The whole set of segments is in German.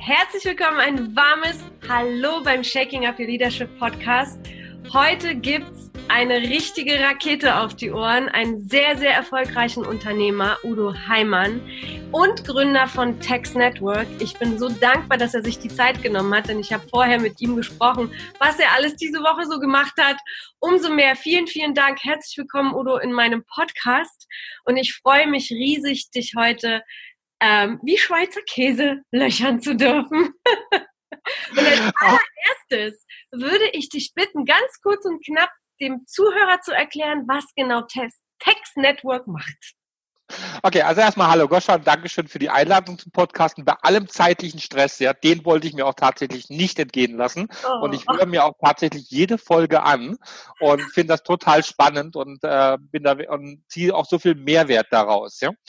Herzlich willkommen, ein warmes Hallo beim Shaking Up Your Leadership Podcast. Heute gibt's eine richtige Rakete auf die Ohren, einen sehr, sehr erfolgreichen Unternehmer, Udo Heimann, und Gründer von Text Network. Ich bin so dankbar, dass er sich die Zeit genommen hat, denn ich habe vorher mit ihm gesprochen, was er alles diese Woche so gemacht hat. Umso mehr, vielen, vielen Dank. Herzlich willkommen, Udo, in meinem Podcast. Und ich freue mich riesig, dich heute wie Schweizer Käse löchern zu dürfen. Und als allererstes würde ich dich bitten, ganz kurz und knapp dem Zuhörer zu erklären, was genau Text Network macht. Okay, also erstmal hallo Goscha und Dankeschön für die Einladung zum Podcasten. Bei allem zeitlichen Stress, ja, den wollte ich mir auch tatsächlich nicht entgehen lassen. Und ich höre mir auch tatsächlich jede Folge an und finde das total spannend und bin da und ziehe auch so viel Mehrwert daraus. Ja,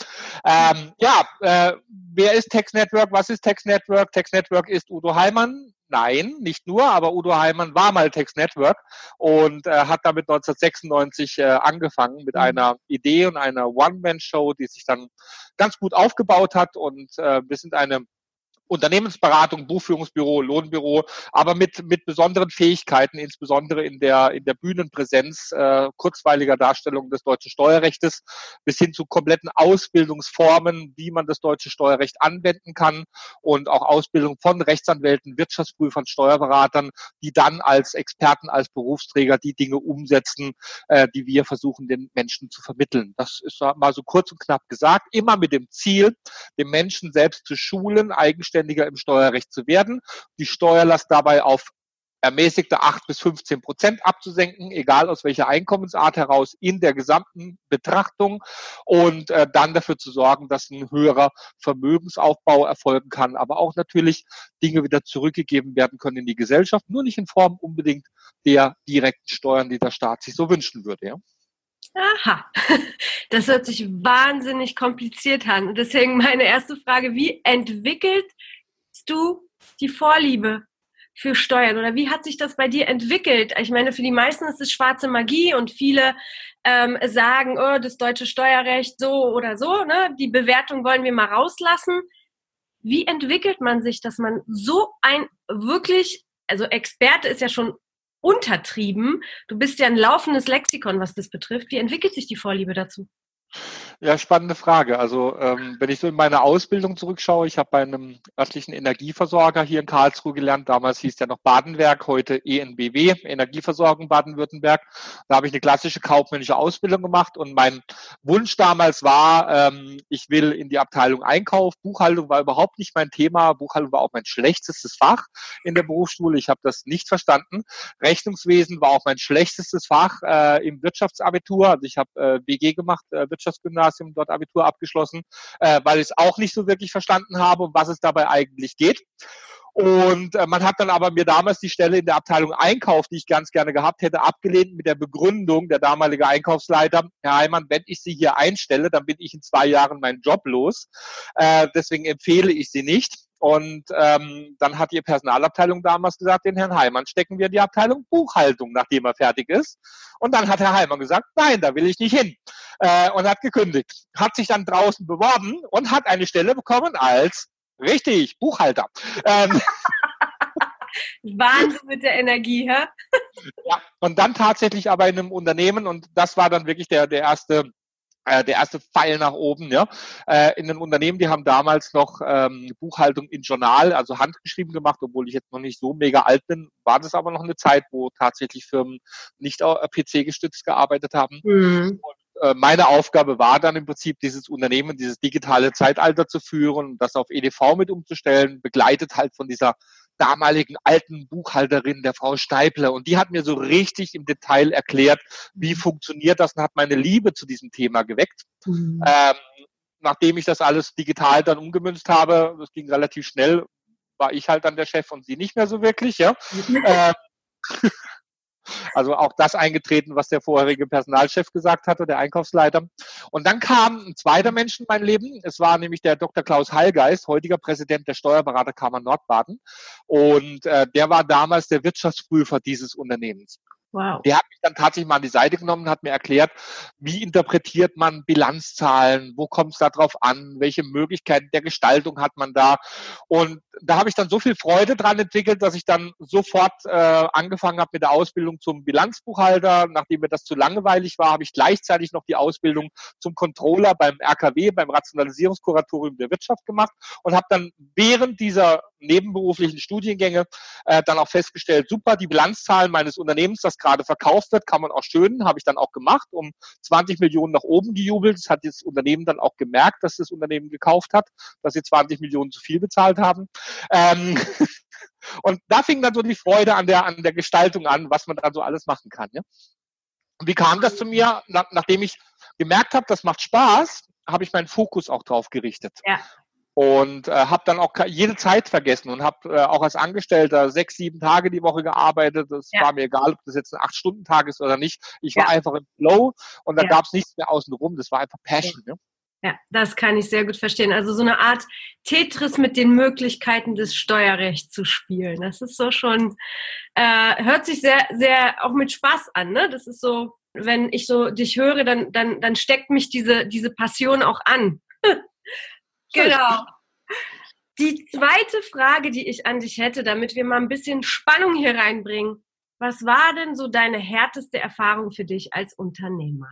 wer ist Text Network? Was ist Text Network? Text Network ist Udo Heimann. Nein, nicht nur, aber Udo Heimann war mal Text Network und hat damit 1996 angefangen mit einer Idee und einer One-Man-Show, die sich dann ganz gut aufgebaut hat. Und wir sind eine Unternehmensberatung, Buchführungsbüro, Lohnbüro, aber mit besonderen Fähigkeiten, insbesondere in der Bühnenpräsenz, kurzweiliger Darstellung des deutschen Steuerrechtes bis hin zu kompletten Ausbildungsformen, wie man das deutsche Steuerrecht anwenden kann und auch Ausbildung von Rechtsanwälten, Wirtschaftsprüfern, Steuerberatern, die dann als Experten, als Berufsträger die Dinge umsetzen, die wir versuchen, den Menschen zu vermitteln. Das ist mal so kurz und knapp gesagt, immer mit dem Ziel, den Menschen selbst zu schulen, eigenständiger im Steuerrecht zu werden, die Steuerlast dabei auf ermäßigte 8-15% abzusenken, egal aus welcher Einkommensart heraus, in der gesamten Betrachtung und dann dafür zu sorgen, dass ein höherer Vermögensaufbau erfolgen kann, aber auch natürlich Dinge wieder zurückgegeben werden können in die Gesellschaft, nur nicht in Form unbedingt der direkten Steuern, die der Staat sich so wünschen würde. Ja? Aha, das hört sich wahnsinnig kompliziert an. Und deswegen meine erste Frage, wie entwickelst du die Vorliebe für Steuern oder wie hat sich das bei dir entwickelt? Ich meine, für die meisten ist es schwarze Magie und viele sagen, oh, das deutsche Steuerrecht so oder so, ne? Die Bewertung wollen wir mal rauslassen. Wie entwickelt man sich, dass man so ein wirklich, also Experte ist ja schon untertrieben. Du bist ja ein laufendes Lexikon, was das betrifft. Wie entwickelt sich die Vorliebe dazu? Ja, spannende Frage. Also wenn ich so in meine Ausbildung zurückschaue, ich habe bei einem örtlichen Energieversorger hier in Karlsruhe gelernt. Damals hieß der noch Badenwerk, heute ENBW, Energieversorgung Baden-Württemberg. Da habe ich eine klassische kaufmännische Ausbildung gemacht und mein Wunsch damals war, ich will in die Abteilung Einkauf. Buchhaltung war überhaupt nicht mein Thema. Buchhaltung war auch mein schlechtestes Fach in der Berufsschule. Ich habe das nicht verstanden. Rechnungswesen war auch mein schlechtestes Fach im Wirtschaftsabitur. Also ich habe WG gemacht, Wirtschaftsgymnasium, dort Abitur abgeschlossen, weil ich es auch nicht so wirklich verstanden habe, um was es dabei eigentlich geht. Und man hat dann aber mir damals die Stelle in der Abteilung Einkauf, die ich ganz gerne gehabt hätte, abgelehnt mit der Begründung, der damalige Einkaufsleiter, Herr Heimann, wenn ich Sie hier einstelle, dann bin ich in 2 Jahren meinen Job los. Deswegen empfehle ich Sie nicht. Und dann hat die Personalabteilung damals gesagt, den Herrn Heimann stecken wir in die Abteilung Buchhaltung, nachdem er fertig ist. Und dann hat Herr Heimann gesagt, nein, da will ich nicht hin. Und hat gekündigt. Hat sich dann draußen beworben und hat eine Stelle bekommen als, richtig, Buchhalter. Wahnsinn mit der Energie, hä? Ja, und dann tatsächlich aber in einem Unternehmen, und das war dann wirklich der erste Pfeil nach oben, ja. In den Unternehmen, die haben damals noch Buchhaltung in Journal, also handgeschrieben gemacht, obwohl ich jetzt noch nicht so mega alt bin, war das aber noch eine Zeit, wo tatsächlich Firmen nicht PC gestützt gearbeitet haben. Und meine Aufgabe war dann im Prinzip, dieses Unternehmen, dieses digitale Zeitalter zu führen, das auf EDV mit umzustellen, begleitet halt von dieser damaligen alten Buchhalterin, der Frau Steipler. Und die hat mir so richtig im Detail erklärt, wie funktioniert das, und hat meine Liebe zu diesem Thema geweckt. Nachdem ich das alles digital dann umgemünzt habe, das ging relativ schnell, war ich halt dann der Chef und sie nicht mehr so wirklich, ja. Also auch das eingetreten, was der vorherige Personalchef gesagt hatte, der Einkaufsleiter. Und dann kam ein zweiter Mensch in mein Leben. Es war nämlich der Dr. Klaus Hallgeist, heutiger Präsident der Steuerberaterkammer Nordbaden. Und der war damals der Wirtschaftsprüfer dieses Unternehmens. Wow. Der hat mich dann tatsächlich mal an die Seite genommen und hat mir erklärt, wie interpretiert man Bilanzzahlen, wo kommt es da drauf an, welche Möglichkeiten der Gestaltung hat man da. Und da habe ich dann so viel Freude dran entwickelt, dass ich dann sofort angefangen habe mit der Ausbildung zum Bilanzbuchhalter. Nachdem mir das zu langweilig war, habe ich gleichzeitig noch die Ausbildung zum Controller beim RKW, beim Rationalisierungskuratorium der Wirtschaft gemacht und habe dann während dieser nebenberuflichen Studiengänge dann auch festgestellt, super, die Bilanzzahlen meines Unternehmens, das gerade verkauft wird, kann man auch schön, habe ich dann auch gemacht, um 20 Millionen nach oben gejubelt. Das hat das Unternehmen dann auch gemerkt, dass das Unternehmen gekauft hat, dass sie 20 Millionen zu viel bezahlt haben. Und da fing dann so die Freude an der Gestaltung an, was man da so alles machen kann. Ja? Und wie kam das zu mir? Nachdem ich gemerkt habe, das macht Spaß, habe ich meinen Fokus auch drauf gerichtet. Ja. Und habe dann auch jede Zeit vergessen und habe auch als Angestellter 6, 7 Tage die Woche gearbeitet. Das war mir egal, ob das jetzt ein 8-Stunden-Tag ist oder nicht. Ich war einfach im Flow und da gab es nichts mehr außenrum. Das war einfach Passion. Ne? Ja, das kann ich sehr gut verstehen. Also so eine Art Tetris mit den Möglichkeiten des Steuerrechts zu spielen. Das ist so schon, hört sich sehr, sehr auch mit Spaß an. Ne? Das ist so, wenn ich so dich höre, dann steckt mich diese Passion auch an. Genau. Die zweite Frage, die ich an dich hätte, damit wir mal ein bisschen Spannung hier reinbringen. Was war denn so deine härteste Erfahrung für dich als Unternehmer?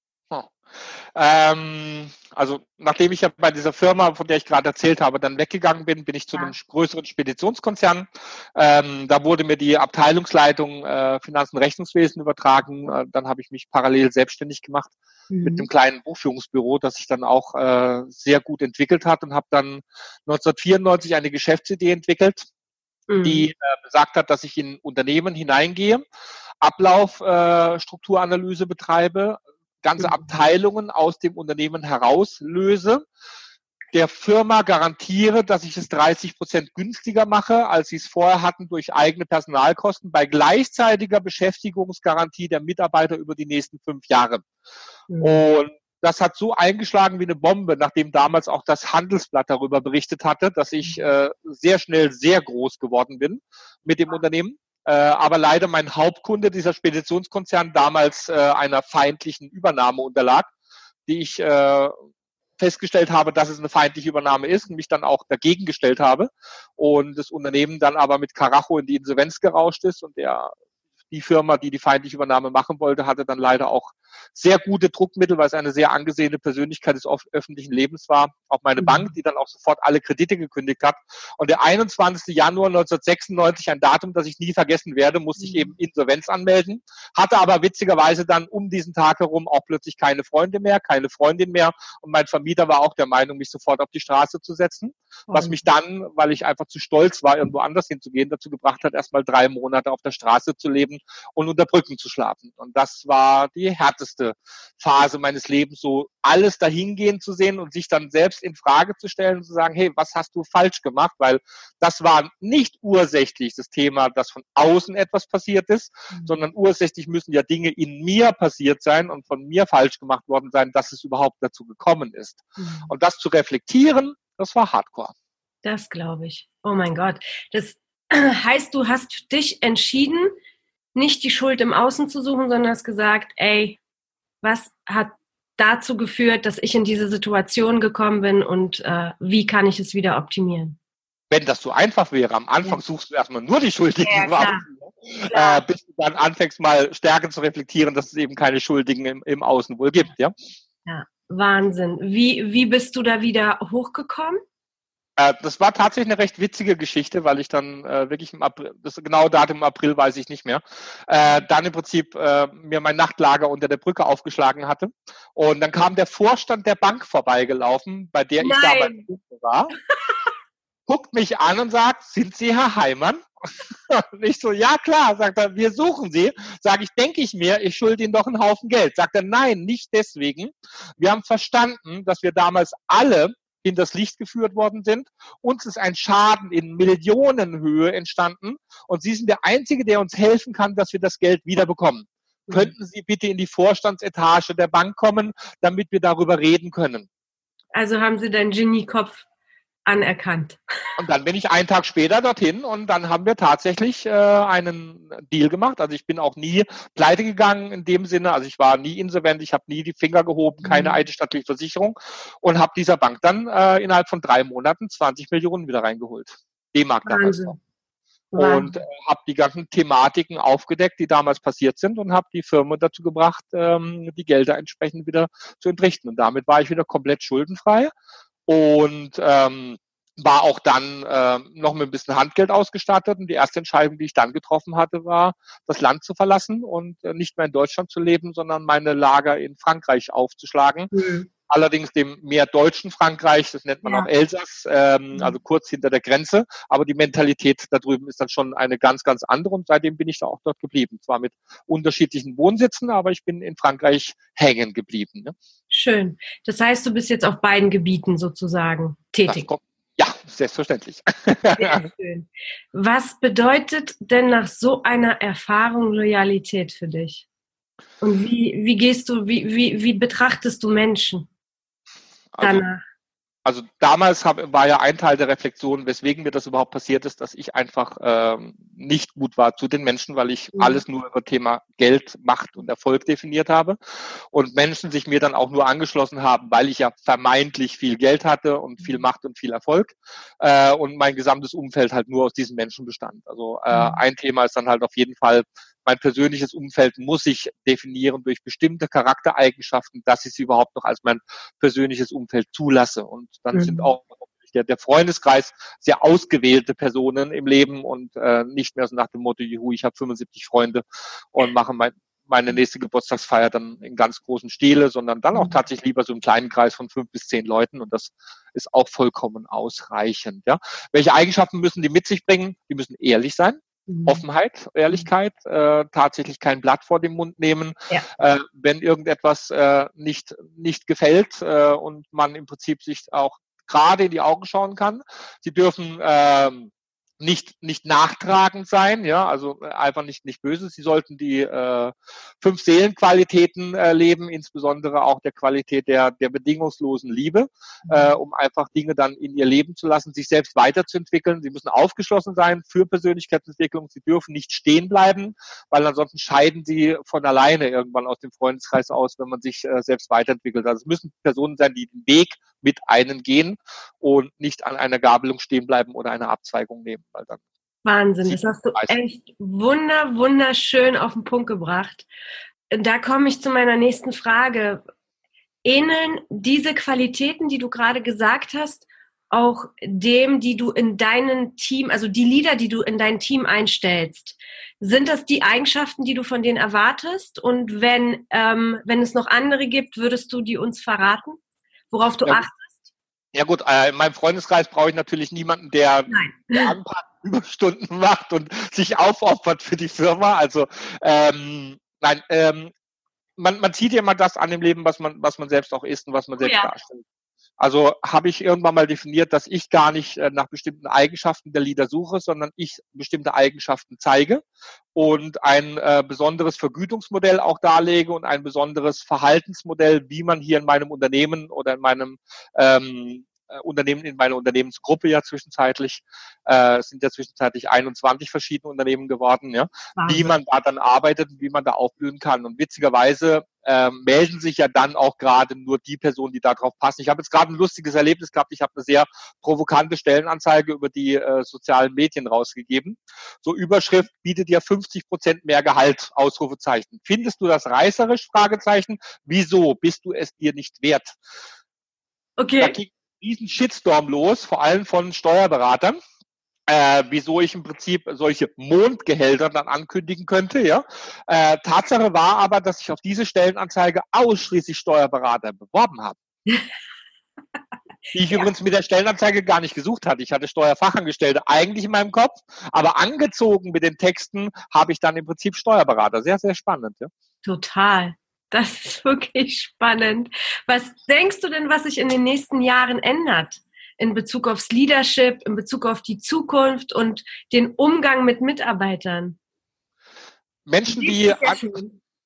Also nachdem ich ja bei dieser Firma, von der ich gerade erzählt habe, dann weggegangen bin, bin ich zu einem größeren Speditionskonzern. Da wurde mir die Abteilungsleitung Finanzen- und Rechnungswesen übertragen. Dann habe ich mich parallel selbstständig gemacht mit einem kleinen Buchführungsbüro, das sich dann auch sehr gut entwickelt hat und habe dann 1994 eine Geschäftsidee entwickelt, die besagt hat, dass ich in Unternehmen hineingehe, Ablaufstrukturanalyse betreibe, ganze Abteilungen aus dem Unternehmen herauslöse, der Firma garantiere, dass ich es 30% günstiger mache, als sie es vorher hatten durch eigene Personalkosten, bei gleichzeitiger Beschäftigungsgarantie der Mitarbeiter über die nächsten 5 Jahre. Und das hat so eingeschlagen wie eine Bombe, nachdem damals auch das Handelsblatt darüber berichtet hatte, dass ich sehr schnell sehr groß geworden bin mit dem Unternehmen. Aber leider mein Hauptkunde, dieser Speditionskonzern, damals einer feindlichen Übernahme unterlag, die ich festgestellt habe, dass es eine feindliche Übernahme ist und mich dann auch dagegen gestellt habe und das Unternehmen dann aber mit Karacho in die Insolvenz gerauscht ist und die Firma, die die feindliche Übernahme machen wollte, hatte dann leider auch sehr gute Druckmittel, weil es eine sehr angesehene Persönlichkeit des öffentlichen Lebens war. Auch meine Bank, die dann auch sofort alle Kredite gekündigt hat. Und der 21. Januar 1996, ein Datum, das ich nie vergessen werde, musste ich eben Insolvenz anmelden, hatte aber witzigerweise dann um diesen Tag herum auch plötzlich keine Freunde mehr, keine Freundin mehr. Und mein Vermieter war auch der Meinung, mich sofort auf die Straße zu setzen, was mich dann, weil ich einfach zu stolz war, irgendwo anders hinzugehen, dazu gebracht hat, erstmal 3 Monate auf der Straße zu leben und unter Brücken zu schlafen. Und das war die härteste Phase meines Lebens, so alles dahingehen zu sehen und sich dann selbst in Frage zu stellen und zu sagen, hey, was hast du falsch gemacht? Weil das war nicht ursächlich das Thema, dass von außen etwas passiert ist, sondern ursächlich müssen ja Dinge in mir passiert sein und von mir falsch gemacht worden sein, dass es überhaupt dazu gekommen ist. Und das zu reflektieren, das war Hardcore. Das glaube ich. Oh mein Gott. Das heißt, du hast dich entschieden, nicht die Schuld im Außen zu suchen, sondern hast gesagt, ey, was hat dazu geführt, dass ich in diese Situation gekommen bin und wie kann ich es wieder optimieren? Wenn das so einfach wäre, am Anfang suchst du erstmal nur die Schuldigen, bis du dann anfängst mal stärker zu reflektieren, dass es eben keine Schuldigen im Außen wohl gibt. Ja, Wahnsinn. Wie bist du da wieder hochgekommen? Das war tatsächlich eine recht witzige Geschichte, weil ich dann wirklich im April, das genaue Datum im April weiß ich nicht mehr, dann im Prinzip mir mein Nachtlager unter der Brücke aufgeschlagen hatte. Und dann kam der Vorstand der Bank vorbeigelaufen, bei der ich damals war, guckt mich an und sagt, sind Sie Herr Heimann? Und ich so, ja klar, sagt er, wir suchen Sie. Sag ich, denke ich mir, ich schulde Ihnen doch einen Haufen Geld. Sagt er, nein, nicht deswegen. Wir haben verstanden, dass wir damals alle in das Licht geführt worden sind. Uns ist ein Schaden in Millionenhöhe entstanden und Sie sind der Einzige, der uns helfen kann, dass wir das Geld wiederbekommen. Könnten Sie bitte in die Vorstandsetage der Bank kommen, damit wir darüber reden können? Also haben Sie deinen Geniekopf anerkannt. Und dann bin ich einen Tag später dorthin und dann haben wir tatsächlich einen Deal gemacht. Also ich bin auch nie pleite gegangen in dem Sinne. Also ich war nie insolvent, ich habe nie die Finger gehoben, keine eidesstattliche Versicherung und habe dieser Bank dann innerhalb von 3 Monaten 20 Millionen wieder reingeholt. D-Mark damals noch. Und habe die ganzen Thematiken aufgedeckt, die damals passiert sind und habe die Firma dazu gebracht, die Gelder entsprechend wieder zu entrichten. Und damit war ich wieder komplett schuldenfrei und war auch dann noch mit ein bisschen Handgeld ausgestattet. Und die erste Entscheidung, die ich dann getroffen hatte, war, das Land zu verlassen und nicht mehr in Deutschland zu leben, sondern meine Lager in Frankreich aufzuschlagen. Allerdings dem mehr deutschen Frankreich, das nennt man auch Elsass, also kurz hinter der Grenze. Aber die Mentalität da drüben ist dann schon eine ganz, ganz andere. Und seitdem bin ich da auch dort geblieben. Zwar mit unterschiedlichen Wohnsitzen, aber ich bin in Frankreich hängen geblieben. Ne? Schön. Das heißt, du bist jetzt auf beiden Gebieten sozusagen tätig. Ja, selbstverständlich. Sehr schön. Was bedeutet denn nach so einer Erfahrung Loyalität für dich? Und wie betrachtest du Menschen danach? Also damals war ja ein Teil der Reflexion, weswegen mir das überhaupt passiert ist, dass ich einfach nicht gut war zu den Menschen, weil ich alles nur über Thema Geld, Macht und Erfolg definiert habe und Menschen sich mir dann auch nur angeschlossen haben, weil ich ja vermeintlich viel Geld hatte und viel Macht und viel Erfolg und mein gesamtes Umfeld halt nur aus diesen Menschen bestand. Also ein Thema ist dann halt auf jeden Fall, mein persönliches Umfeld muss sich definieren durch bestimmte Charaktereigenschaften, dass ich sie überhaupt noch als mein persönliches Umfeld zulasse. Und dann sind auch der Freundeskreis sehr ausgewählte Personen im Leben und nicht mehr so nach dem Motto, juhu, ich habe 75 Freunde und mache meine nächste Geburtstagsfeier dann in ganz großen Stile, sondern dann auch tatsächlich lieber so einen kleinen Kreis von 5 bis 10 Leuten und das ist auch vollkommen ausreichend. Ja. Welche Eigenschaften müssen die mit sich bringen? Die müssen ehrlich sein. Offenheit, Ehrlichkeit, tatsächlich kein Blatt vor den Mund nehmen, wenn irgendetwas nicht gefällt und man im Prinzip sich auch gerade in die Augen schauen kann. Sie dürfen nicht nachtragend sein, ja, also einfach nicht böse. Sie sollten die 5 Seelenqualitäten leben, insbesondere auch der Qualität der bedingungslosen Liebe, um einfach Dinge dann in ihr Leben zu lassen, sich selbst weiterzuentwickeln. Sie müssen aufgeschlossen sein für Persönlichkeitsentwicklung. Sie dürfen nicht stehen bleiben, weil ansonsten scheiden sie von alleine irgendwann aus dem Freundeskreis aus, wenn man sich selbst weiterentwickelt. Also es müssen Personen sein, die den Weg mit einem gehen und nicht an einer Gabelung stehen bleiben oder einer Abzweigung nehmen. Weil dann Wahnsinn, das hast du echt wunderschön auf den Punkt gebracht. Da komme ich zu meiner nächsten Frage. Ähneln diese Qualitäten, die du gerade gesagt hast, auch dem, die du in deinem Team, also die Leader, die du in dein Team einstellst? Sind das die Eigenschaften, die du von denen erwartest? Und wenn es noch andere gibt, würdest du die uns verraten, worauf du achtest? Ja gut, in meinem Freundeskreis brauche ich natürlich niemanden, der Überstunden macht und sich aufopfert für die Firma. Also man zieht ja immer das an dem Leben, was man selbst auch ist und was man selbst darstellt. Also habe ich irgendwann mal definiert, dass ich gar nicht nach bestimmten Eigenschaften der Leader suche, sondern ich bestimmte Eigenschaften zeige und ein besonderes Vergütungsmodell auch darlege und ein besonderes Verhaltensmodell, wie man hier in meinem Unternehmen oder in meinem Unternehmen, in meiner Unternehmensgruppe ja zwischenzeitlich, sind ja zwischenzeitlich 21 verschiedene Unternehmen geworden, ja, wie man da dann arbeitet und wie man da aufblühen kann. Und witzigerweise melden sich ja dann auch gerade nur die Personen, die da drauf passen. Ich habe jetzt gerade ein lustiges Erlebnis gehabt. Ich habe eine sehr provokante Stellenanzeige über die sozialen Medien rausgegeben. So Überschrift bietet dir 50% mehr Gehalt, Ausrufezeichen. Findest du das reißerisch? Fragezeichen. Wieso? Bist du es dir nicht wert? Okay. Da ging ein riesen Shitstorm los, vor allem von Steuerberatern. Wieso ich im Prinzip solche Mondgehälter dann ankündigen könnte. Ja. Tatsache war aber, dass ich auf diese Stellenanzeige ausschließlich Steuerberater beworben habe. Die ich übrigens mit der Stellenanzeige gar nicht gesucht hatte. Ich hatte Steuerfachangestellte eigentlich in meinem Kopf, aber angezogen mit den Texten habe ich dann im Prinzip Steuerberater. Sehr, sehr spannend. Ja. Total. Das ist wirklich spannend. Was denkst du denn, was sich in den nächsten Jahren ändert? In Bezug aufs Leadership, in Bezug auf die Zukunft und den Umgang mit Mitarbeitern? Menschen,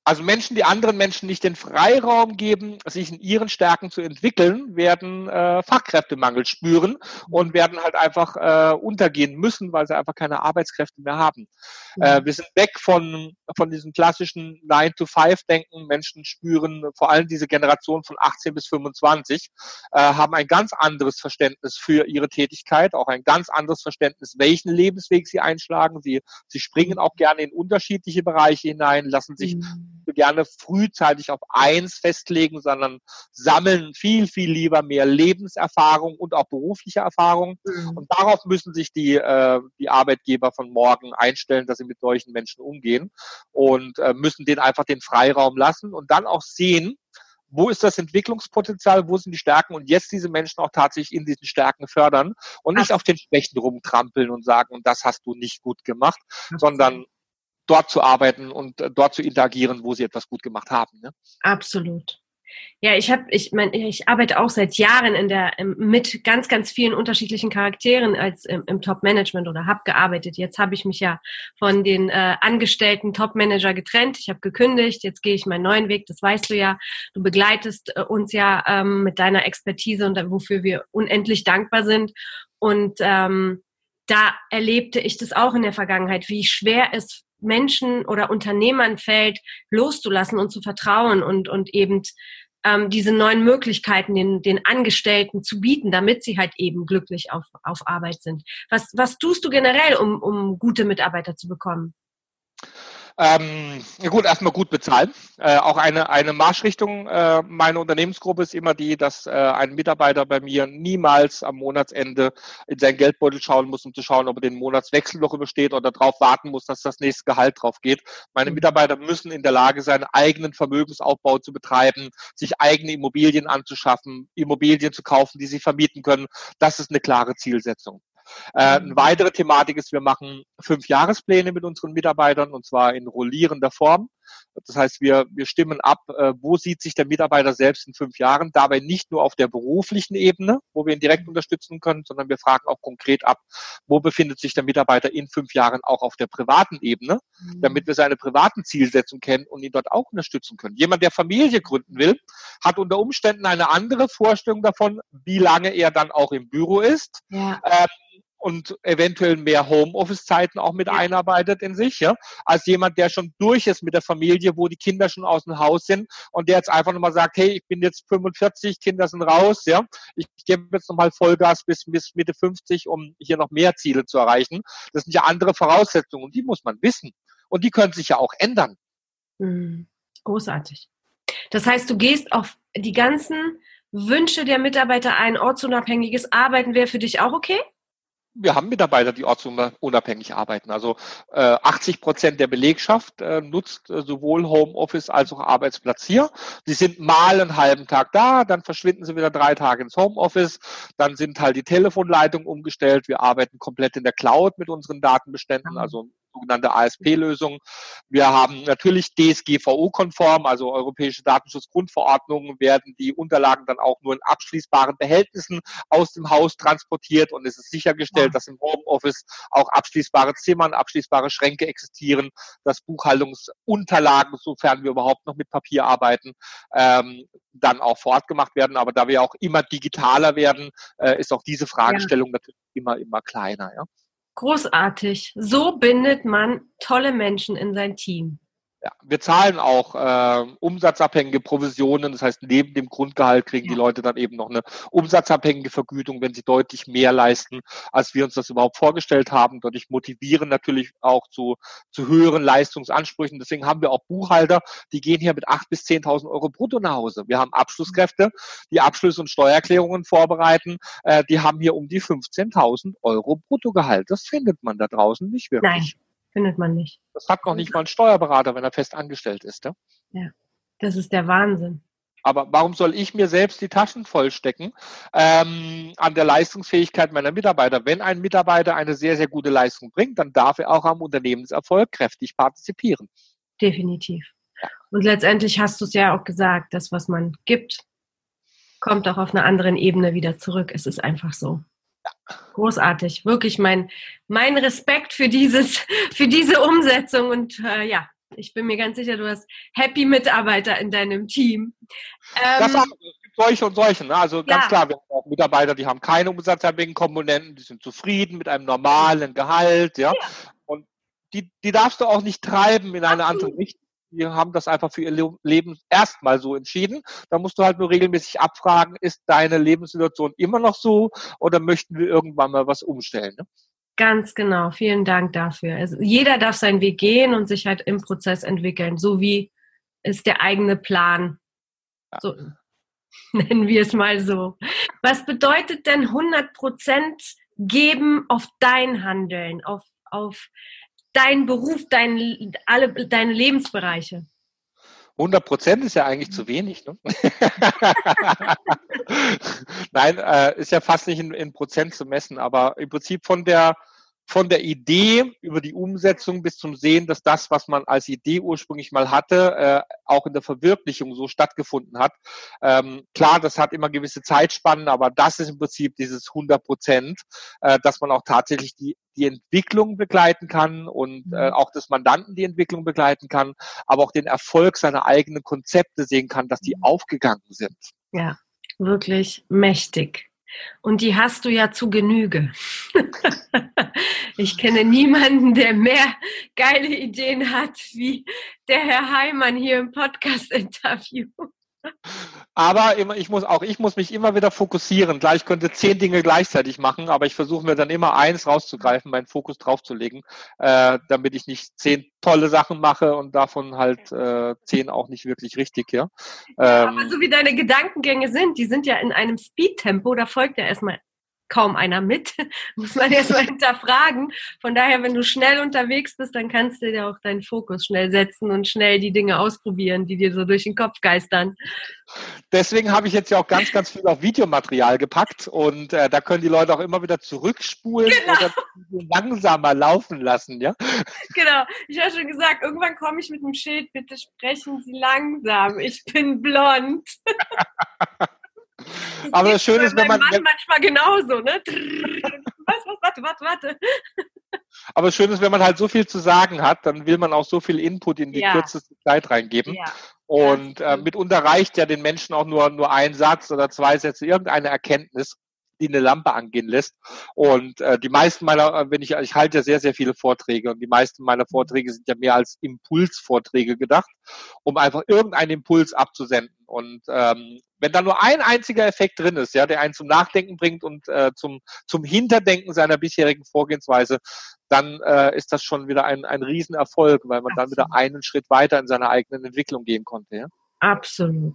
Also Menschen, die anderen Menschen nicht den Freiraum geben, sich in ihren Stärken zu entwickeln, werden Fachkräftemangel spüren und werden halt einfach untergehen müssen, weil sie einfach keine Arbeitskräfte mehr haben. Wir sind weg von diesem klassischen 9-to-5-Denken. Menschen spüren, vor allem diese Generation von 18 bis 25, haben ein ganz anderes Verständnis für ihre Tätigkeit, auch ein ganz anderes Verständnis, welchen Lebensweg sie einschlagen. Sie springen auch gerne in unterschiedliche Bereiche hinein, lassen sich gerne frühzeitig auf eins festlegen, sondern sammeln viel, viel lieber mehr Lebenserfahrung und auch berufliche Erfahrung. Und darauf müssen sich die Arbeitgeber von morgen einstellen, dass sie mit solchen Menschen umgehen und müssen denen einfach den Freiraum lassen und dann auch sehen, wo ist das Entwicklungspotenzial, wo sind die Stärken und jetzt diese Menschen auch tatsächlich in diesen Stärken fördern und nicht auf den Schwächen rumtrampeln und sagen, und das hast du nicht gut gemacht, sondern dort zu arbeiten und dort zu interagieren, wo sie etwas gut gemacht haben. Ne? Absolut. Ja, ich arbeite auch seit Jahren mit ganz, ganz vielen unterschiedlichen Charakteren im Top-Management oder habe gearbeitet. Jetzt habe ich mich ja von den angestellten Top-Manager getrennt. Ich habe gekündigt. Jetzt gehe ich meinen neuen Weg. Das weißt du ja. Du begleitest uns ja mit deiner Expertise und wofür wir unendlich dankbar sind. Und da erlebte ich das auch in der Vergangenheit, wie schwer es Menschen oder Unternehmern fällt, loszulassen und zu vertrauen und eben diese neuen Möglichkeiten den Angestellten zu bieten, damit sie halt eben glücklich auf Arbeit sind. Was tust du generell, um gute Mitarbeiter zu bekommen? Gut, erstmal gut bezahlen. Auch eine Marschrichtung meiner Unternehmensgruppe ist immer die, dass ein Mitarbeiter bei mir niemals am Monatsende in seinen Geldbeutel schauen muss, um zu schauen, ob er den Monatswechsel noch übersteht oder darauf warten muss, dass das nächste Gehalt drauf geht. Meine Mitarbeiter müssen in der Lage sein, eigenen Vermögensaufbau zu betreiben, sich eigene Immobilien anzuschaffen, Immobilien zu kaufen, die sie vermieten können. Das ist eine klare Zielsetzung. Eine weitere Thematik ist, wir machen 5-Jahrespläne mit unseren Mitarbeitern und zwar in rollierender Form. Das heißt, wir stimmen ab, wo sieht sich der Mitarbeiter selbst in 5 Jahren, dabei nicht nur auf der beruflichen Ebene, wo wir ihn direkt unterstützen können, sondern wir fragen auch konkret ab, wo befindet sich der Mitarbeiter in 5 Jahren auch auf der privaten Ebene, damit wir seine privaten Zielsetzungen kennen und ihn dort auch unterstützen können. Jemand, der Familie gründen will, hat unter Umständen eine andere Vorstellung davon, wie lange er dann auch im Büro ist. Ja. Und eventuell mehr Homeoffice-Zeiten auch mit einarbeitet in sich, ja, als jemand, der schon durch ist mit der Familie, wo die Kinder schon aus dem Haus sind und der jetzt einfach nochmal sagt, hey, ich bin jetzt 45, Kinder sind raus, ja, ich gebe jetzt nochmal Vollgas bis Mitte 50, um hier noch mehr Ziele zu erreichen. Das sind ja andere Voraussetzungen und die muss man wissen und die können sich ja auch ändern. Großartig. Das heißt, du gehst auf die ganzen Wünsche der Mitarbeiter ein, ortsunabhängiges Arbeiten wäre für dich auch okay? Wir haben Mitarbeiter, die ortsunabhängig arbeiten. Also 80% der Belegschaft nutzt sowohl Homeoffice als auch Arbeitsplatz hier. Sie sind mal einen halben Tag da, dann verschwinden sie wieder 3 Tage ins Homeoffice. Dann sind halt die Telefonleitungen umgestellt. Wir arbeiten komplett in der Cloud mit unseren Datenbeständen, also sogenannte ASP-Lösung. Wir haben natürlich DSGVO-konform, also Europäische Datenschutzgrundverordnung, werden die Unterlagen dann auch nur in abschließbaren Behältnissen aus dem Haus transportiert und es ist sichergestellt, dass im Homeoffice auch abschließbare Zimmern, abschließbare Schränke existieren, dass Buchhaltungsunterlagen, sofern wir überhaupt noch mit Papier arbeiten, dann auch vor Ort gemacht werden. Aber da wir auch immer digitaler werden, ist auch diese Fragestellung natürlich immer kleiner. Ja. Großartig. So bindet man tolle Menschen in sein Team. Ja, wir zahlen auch umsatzabhängige Provisionen. Das heißt, neben dem Grundgehalt kriegen die Leute dann eben noch eine umsatzabhängige Vergütung, wenn sie deutlich mehr leisten, als wir uns das überhaupt vorgestellt haben. Dadurch motivieren natürlich auch zu höheren Leistungsansprüchen. Deswegen haben wir auch Buchhalter, die gehen hier mit 8.000 bis 10.000 Euro brutto nach Hause. Wir haben Abschlusskräfte, die Abschluss- und Steuererklärungen vorbereiten. Die haben hier um die 15.000 Euro Bruttogehalt. Das findet man da draußen nicht wirklich. Nein. Findet man nicht. Das hat noch nicht mal ein Steuerberater, wenn er fest angestellt ist. Ja, das ist der Wahnsinn. Aber warum soll ich mir selbst die Taschen vollstecken an der Leistungsfähigkeit meiner Mitarbeiter? Wenn ein Mitarbeiter eine sehr, sehr gute Leistung bringt, dann darf er auch am Unternehmenserfolg kräftig partizipieren. Definitiv. Ja. Und letztendlich hast du es ja auch gesagt, das, was man gibt, kommt auch auf einer anderen Ebene wieder zurück. Es ist einfach so. Ja. Großartig, wirklich mein Respekt für diese Umsetzung und Ich bin mir ganz sicher, du hast happy Mitarbeiter in deinem Team. Das auch, es gibt solche und solche. Ne? Also ganz Ja. klar, wir haben auch Mitarbeiter, die haben keine umsatzabhängigen Komponenten, die sind zufrieden mit einem normalen Gehalt. Ja? Und die darfst du auch nicht treiben in eine andere Richtung. Die haben das einfach für ihr Leben erstmal so entschieden. Da musst du halt nur regelmäßig abfragen, ist deine Lebenssituation immer noch so oder möchten wir irgendwann mal was umstellen? Ne? Ganz genau, vielen Dank dafür. Also jeder darf seinen Weg gehen und sich halt im Prozess entwickeln, so wie ist der eigene Plan. So nennen wir es mal so. Was bedeutet denn 100% geben auf dein Handeln, auf deinen Beruf, deine Lebensbereiche? 100% ist ja eigentlich zu wenig. Ne? Nein, ist ja fast nicht in Prozent zu messen, aber im Prinzip von der Idee über die Umsetzung bis zum Sehen, dass das, was man als Idee ursprünglich mal hatte, auch in der Verwirklichung so stattgefunden hat. Klar, das hat immer gewisse Zeitspannen, aber das ist im Prinzip dieses 100%, dass man auch tatsächlich die Entwicklung begleiten kann und auch des Mandanten die Entwicklung begleiten kann, aber auch den Erfolg seiner eigenen Konzepte sehen kann, dass die aufgegangen sind. Ja, wirklich mächtig. Und die hast du ja zu Genüge. Ich kenne niemanden, der mehr geile Ideen hat wie der Herr Heimann hier im Podcast-Interview. Aber ich muss mich immer wieder fokussieren. Klar, ich könnte 10 Dinge gleichzeitig machen, aber ich versuche mir dann immer eins rauszugreifen, meinen Fokus draufzulegen, damit ich nicht 10 tolle Sachen mache und davon halt 10 auch nicht wirklich richtig. Ja? Aber so wie deine Gedankengänge sind, die sind ja in einem Speedtempo, da folgt ja erstmal kaum einer mit, muss man erstmal hinterfragen. Von daher, wenn du schnell unterwegs bist, dann kannst du dir auch deinen Fokus schnell setzen und schnell die Dinge ausprobieren, die dir so durch den Kopf geistern. Deswegen habe ich jetzt ja auch ganz, ganz viel auf Videomaterial gepackt und da können die Leute auch immer wieder zurückspulen oder langsamer laufen lassen, ja? Genau, ich habe schon gesagt, irgendwann komme ich mit dem Schild, bitte sprechen Sie langsam, ich bin blond. Aber das Schöne ist, wenn man manchmal genauso, ne? Warte. Aber das Schöne ist, wenn man halt so viel zu sagen hat, dann will man auch so viel Input in die kürzeste Zeit reingeben. Ja. Und mitunter reicht ja den Menschen auch nur ein Satz oder 2 Sätze, irgendeine Erkenntnis, die eine Lampe angehen lässt. Und die meisten meiner, ich halte ja sehr, sehr viele Vorträge und die meisten meiner Vorträge sind ja mehr als Impulsvorträge gedacht, um einfach irgendeinen Impuls abzusenden. Und wenn da nur ein einziger Effekt drin ist, ja, der einen zum Nachdenken bringt und zum Hinterdenken seiner bisherigen Vorgehensweise, dann ist das schon wieder ein Riesenerfolg, weil man dann wieder einen Schritt weiter in seiner eigenen Entwicklung gehen konnte. Ja? Absolut.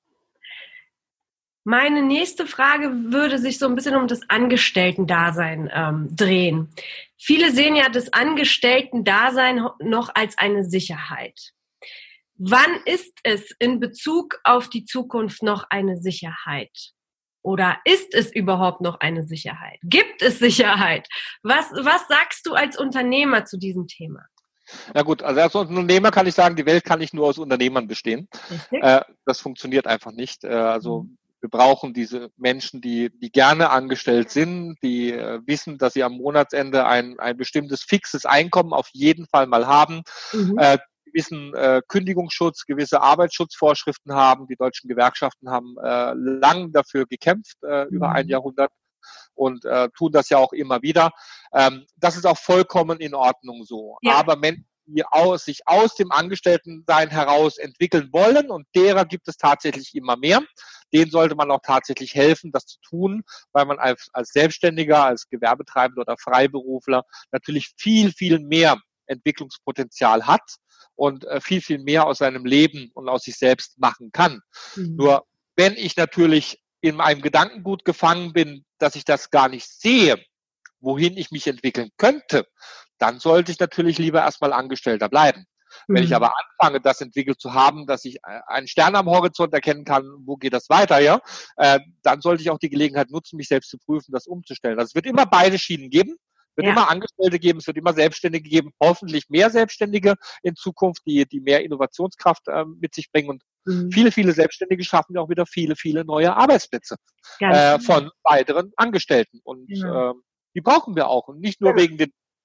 Meine nächste Frage würde sich so ein bisschen um das Angestellten-Dasein drehen. Viele sehen ja das Angestellten-Dasein noch als eine Sicherheit. Wann ist es in Bezug auf die Zukunft noch eine Sicherheit? Oder ist es überhaupt noch eine Sicherheit? Gibt es Sicherheit? Was sagst du als Unternehmer zu diesem Thema? Ja gut, also als Unternehmer kann ich sagen, die Welt kann nicht nur aus Unternehmern bestehen. Das funktioniert einfach nicht. Wir brauchen diese Menschen, die gerne angestellt sind, die wissen, dass sie am Monatsende ein bestimmtes fixes Einkommen auf jeden Fall mal haben, gewissen Kündigungsschutz, gewisse Arbeitsschutzvorschriften haben. Die deutschen Gewerkschaften haben lang dafür gekämpft, über ein Jahrhundert und tun das ja auch immer wieder. Das ist auch vollkommen in Ordnung so. Ja. Aber Menschen, die sich aus dem Angestelltensein heraus entwickeln wollen, und derer gibt es tatsächlich immer mehr, denen sollte man auch tatsächlich helfen, das zu tun, weil man als Selbstständiger, als Gewerbetreibender oder Freiberufler natürlich viel, viel mehr Entwicklungspotenzial hat und viel, viel mehr aus seinem Leben und aus sich selbst machen kann. Nur wenn ich natürlich in meinem Gedankengut gefangen bin, dass ich das gar nicht sehe, wohin ich mich entwickeln könnte, dann sollte ich natürlich lieber erstmal Angestellter bleiben. Wenn ich aber anfange, das entwickelt zu haben, dass ich einen Stern am Horizont erkennen kann, wo geht das weiter, ja, dann sollte ich auch die Gelegenheit nutzen, mich selbst zu prüfen, das umzustellen. Also es wird immer beide Schienen geben. Es wird immer Angestellte geben, es wird immer Selbstständige geben, hoffentlich mehr Selbstständige in Zukunft, die mehr Innovationskraft mit sich bringen. Und viele, viele Selbstständige schaffen ja auch wieder viele, viele neue Arbeitsplätze von weiteren Angestellten. Und die brauchen wir auch. Und nicht nur wegen den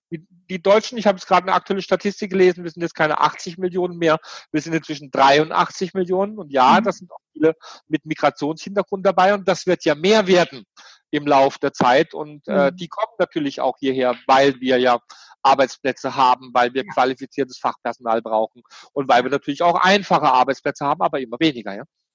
Die Deutschen, ich habe jetzt gerade eine aktuelle Statistik gelesen, wir sind jetzt keine 80 Millionen mehr, wir sind inzwischen 83 Millionen. Und ja, das sind auch viele mit Migrationshintergrund dabei und das wird ja mehr werden im Lauf der Zeit. Und die kommen natürlich auch hierher, weil wir ja Arbeitsplätze haben, weil wir qualifiziertes Fachpersonal brauchen und weil wir natürlich auch einfache Arbeitsplätze haben, aber immer weniger.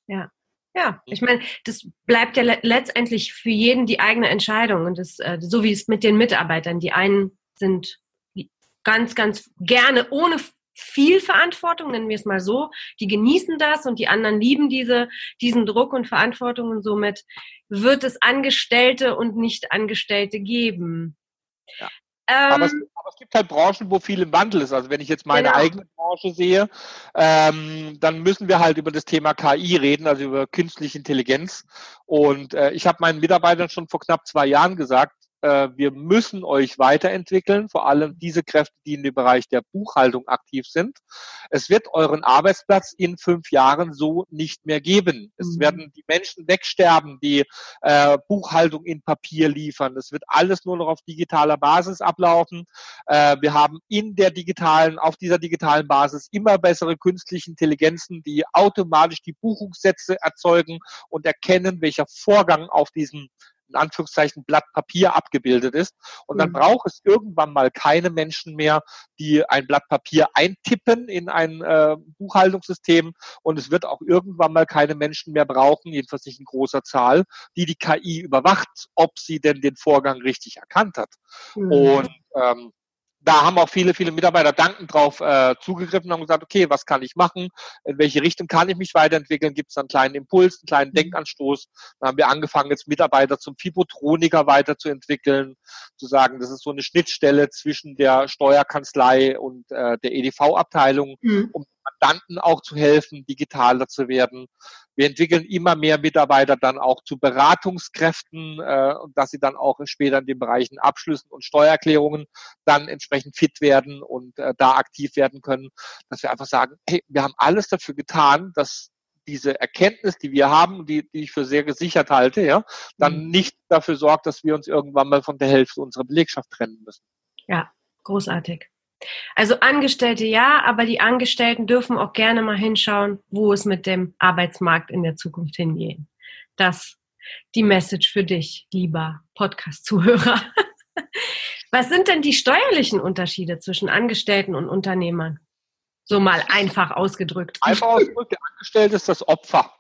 Ja, ich meine, das bleibt ja letztendlich für jeden die eigene Entscheidung. Und das, so wie es mit den Mitarbeitern, die einen sind ganz, ganz gerne ohne viel Verantwortung, nennen wir es mal so, die genießen das und die anderen lieben diesen Druck und Verantwortung und somit wird es Angestellte und Nicht-Angestellte geben. Ja. Aber es gibt halt Branchen, wo viel im Wandel ist. Also wenn ich jetzt meine eigene Branche sehe, dann müssen wir halt über das Thema KI reden, also über künstliche Intelligenz. Und ich habe meinen Mitarbeitern schon vor knapp 2 Jahren gesagt, wir müssen euch weiterentwickeln, vor allem diese Kräfte, die in dem Bereich der Buchhaltung aktiv sind. Es wird euren Arbeitsplatz in 5 Jahren so nicht mehr geben. Es werden die Menschen wegsterben, die Buchhaltung in Papier liefern. Es wird alles nur noch auf digitaler Basis ablaufen. Wir haben auf dieser digitalen Basis immer bessere künstliche Intelligenzen, die automatisch die Buchungssätze erzeugen und erkennen, welcher Vorgang auf diesem in Anführungszeichen Blatt Papier abgebildet ist. Und dann braucht es irgendwann mal keine Menschen mehr, die ein Blatt Papier eintippen in ein Buchhaltungssystem. Und es wird auch irgendwann mal keine Menschen mehr brauchen, jedenfalls nicht in großer Zahl, die KI überwacht, ob sie denn den Vorgang richtig erkannt hat. Und da haben auch viele, viele Mitarbeiter dankend drauf zugegriffen und haben gesagt, okay, was kann ich machen? In welche Richtung kann ich mich weiterentwickeln? Gibt es einen kleinen Impuls, einen kleinen Denkanstoß? Dann haben wir angefangen, jetzt Mitarbeiter zum Fibotroniker weiterzuentwickeln, zu sagen, das ist so eine Schnittstelle zwischen der Steuerkanzlei und der EDV-Abteilung, um Mandanten auch zu helfen, digitaler zu werden. Wir entwickeln immer mehr Mitarbeiter dann auch zu Beratungskräften, und dass sie dann auch später in den Bereichen Abschlüssen und Steuererklärungen dann entsprechend fit werden und da aktiv werden können, dass wir einfach sagen, hey, wir haben alles dafür getan, dass diese Erkenntnis, die wir haben, die ich für sehr gesichert halte, dann nicht dafür sorgt, dass wir uns irgendwann mal von der Hälfte unserer Belegschaft trennen müssen. Ja, großartig. Also Angestellte ja, aber die Angestellten dürfen auch gerne mal hinschauen, wo es mit dem Arbeitsmarkt in der Zukunft hingeht. Das die Message für dich, lieber Podcast-Zuhörer. Was sind denn die steuerlichen Unterschiede zwischen Angestellten und Unternehmern? So mal einfach ausgedrückt. Einfach ausgedrückt, der Angestellte ist das Opfer.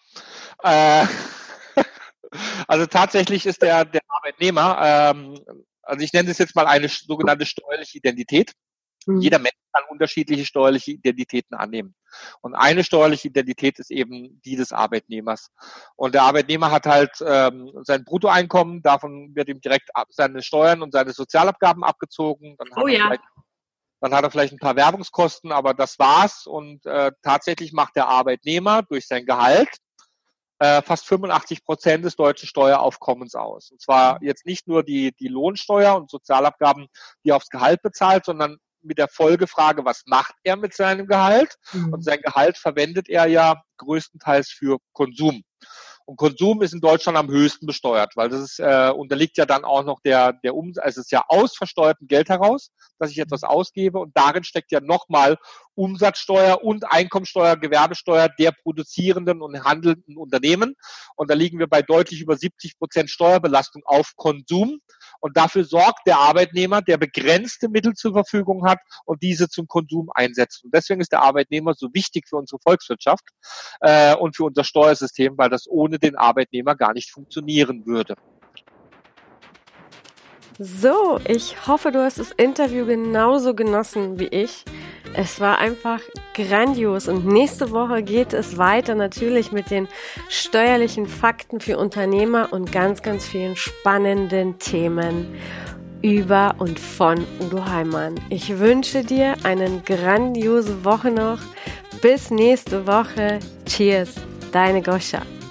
Also tatsächlich ist der Arbeitnehmer, also ich nenne es jetzt mal eine sogenannte steuerliche Identität. Jeder Mensch kann unterschiedliche steuerliche Identitäten annehmen. Und eine steuerliche Identität ist eben die des Arbeitnehmers. Und der Arbeitnehmer hat halt sein Bruttoeinkommen, davon wird ihm direkt seine Steuern und seine Sozialabgaben abgezogen. Dann hat er vielleicht ein paar Werbungskosten, aber das war's. Und tatsächlich macht der Arbeitnehmer durch sein Gehalt fast 85% des deutschen Steueraufkommens aus. Und zwar jetzt nicht nur die Lohnsteuer und Sozialabgaben, die er aufs Gehalt bezahlt, sondern mit der Folgefrage, was macht er mit seinem Gehalt? Und sein Gehalt verwendet er ja größtenteils für Konsum. Und Konsum ist in Deutschland am höchsten besteuert, weil das ist, unterliegt ja dann auch noch der Umsatz, also es ist ja aus versteuertem Geld heraus, dass ich etwas ausgebe und darin steckt ja nochmal Umsatzsteuer und Einkommensteuer, Gewerbesteuer der produzierenden und handelnden Unternehmen. Und da liegen wir bei deutlich über 70% Steuerbelastung auf Konsum. Und dafür sorgt der Arbeitnehmer, der begrenzte Mittel zur Verfügung hat und diese zum Konsum einsetzt. Und deswegen ist der Arbeitnehmer so wichtig für unsere Volkswirtschaft und für unser Steuersystem, weil das ohne den Arbeitnehmer gar nicht funktionieren würde. So, ich hoffe, du hast das Interview genauso genossen wie ich. Es war einfach grandios und nächste Woche geht es weiter natürlich mit den steuerlichen Fakten für Unternehmer und ganz, ganz vielen spannenden Themen über und von Udo Heimann. Ich wünsche dir eine grandiose Woche noch. Bis nächste Woche. Cheers, deine Goscha.